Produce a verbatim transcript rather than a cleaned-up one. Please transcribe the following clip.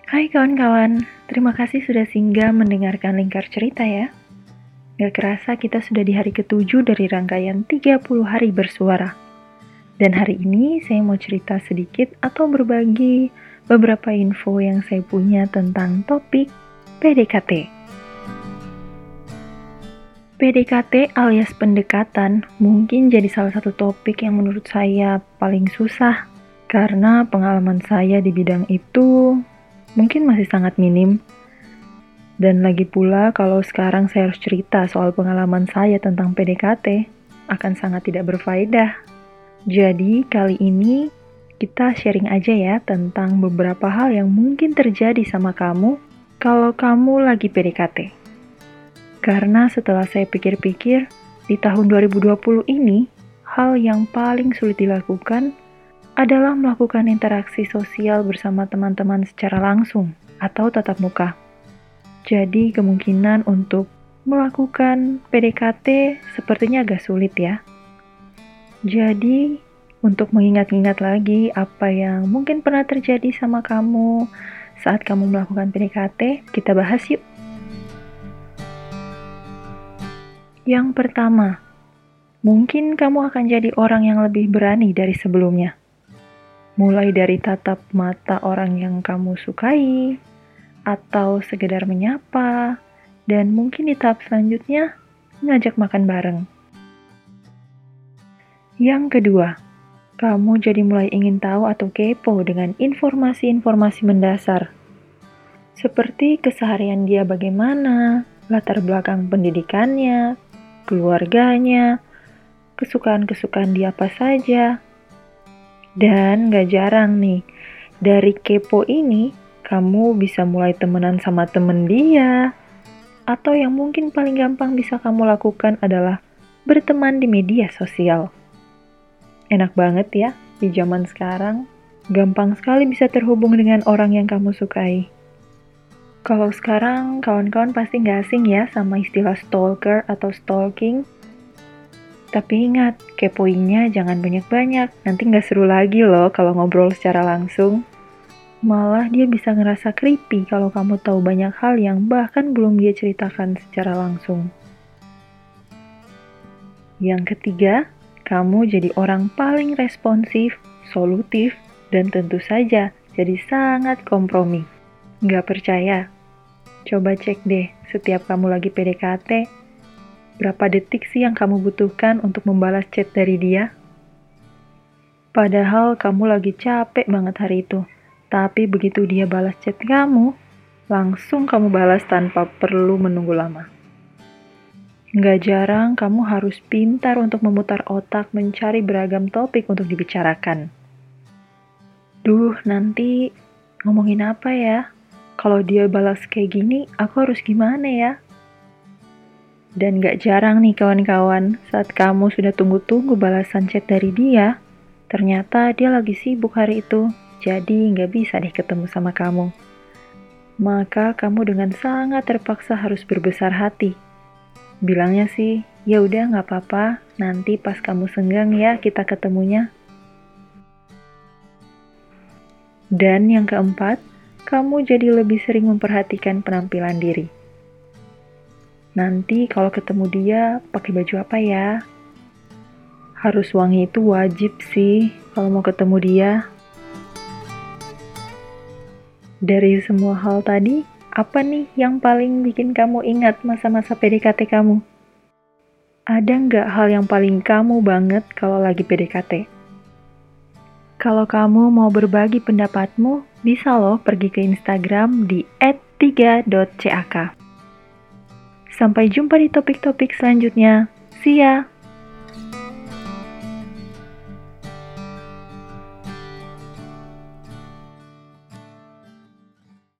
Hai kawan-kawan, terima kasih sudah singgah mendengarkan Lingkar Cerita ya. Gak kerasa kita sudah di hari ketujuh dari rangkaian tiga puluh hari bersuara. Dan hari ini saya mau cerita sedikit atau berbagi beberapa info yang saya punya tentang topik P D K T. P D K T alias pendekatan mungkin jadi salah satu topik yang menurut saya paling susah karena pengalaman saya di bidang itu mungkin masih sangat minim. Dan lagi pula kalau sekarang saya harus cerita soal pengalaman saya tentang P D K T akan sangat tidak berfaedah. Jadi kali ini kita sharing aja ya tentang beberapa hal yang mungkin terjadi sama kamu kalau kamu lagi P D K T. Karena setelah saya pikir-pikir, di tahun dua ribu dua puluh ini, hal yang paling sulit dilakukan adalah melakukan interaksi sosial bersama teman-teman secara langsung atau tatap muka. Jadi kemungkinan untuk melakukan P D K T sepertinya agak sulit ya. Jadi untuk mengingat-ingat lagi apa yang mungkin pernah terjadi sama kamu saat kamu melakukan P D K T, kita bahas yuk. Yang pertama, mungkin kamu akan jadi orang yang lebih berani dari sebelumnya. Mulai dari tatap mata orang yang kamu sukai, atau sekedar menyapa, dan mungkin di tahap selanjutnya, ngajak makan bareng. Yang kedua, kamu jadi mulai ingin tahu atau kepo dengan informasi-informasi mendasar. Seperti keseharian dia bagaimana, latar belakang pendidikannya, keluarganya, kesukaan-kesukaan dia apa saja. Dan gak jarang nih, dari kepo ini, kamu bisa mulai temenan sama temen dia. Atau yang mungkin paling gampang bisa kamu lakukan adalah berteman di media sosial. Enak banget ya, di zaman sekarang, gampang sekali bisa terhubung dengan orang yang kamu sukai. Kalau sekarang, kawan-kawan pasti gak asing ya sama istilah stalker atau stalking. Tapi ingat, kepoinnya jangan banyak-banyak, nanti gak seru lagi loh kalau ngobrol secara langsung. Malah dia bisa ngerasa creepy kalau kamu tahu banyak hal yang bahkan belum dia ceritakan secara langsung. Yang ketiga, kamu jadi orang paling responsif, solutif, dan tentu saja jadi sangat kompromi. Nggak percaya? Coba cek deh setiap kamu lagi P D K T, berapa detik sih yang kamu butuhkan untuk membalas chat dari dia? Padahal kamu lagi capek banget hari itu. Tapi begitu dia balas chat kamu, langsung kamu balas tanpa perlu menunggu lama. Nggak jarang kamu harus pintar untuk memutar otak mencari beragam topik untuk dibicarakan. Duh, nanti ngomongin apa ya? Kalau dia balas kayak gini, aku harus gimana ya? Dan nggak jarang nih kawan-kawan, saat kamu sudah tunggu-tunggu balasan chat dari dia, ternyata dia lagi sibuk hari itu. Jadi nggak bisa deh ketemu sama kamu. Maka kamu dengan sangat terpaksa harus berbesar hati. Bilangnya sih, ya udah nggak apa-apa, nanti pas kamu senggang ya kita ketemunya. Dan yang keempat, kamu jadi lebih sering memperhatikan penampilan diri. Nanti kalau ketemu dia, pakai baju apa ya? Harus wangi itu wajib sih kalau mau ketemu dia. Dari semua hal tadi, apa nih yang paling bikin kamu ingat masa-masa P D K T kamu? Ada nggak hal yang paling kamu banget kalau lagi P D K T? Kalau kamu mau berbagi pendapatmu, bisa loh pergi ke Instagram di et tiga dot cak. Sampai jumpa di topik-topik selanjutnya. See ya!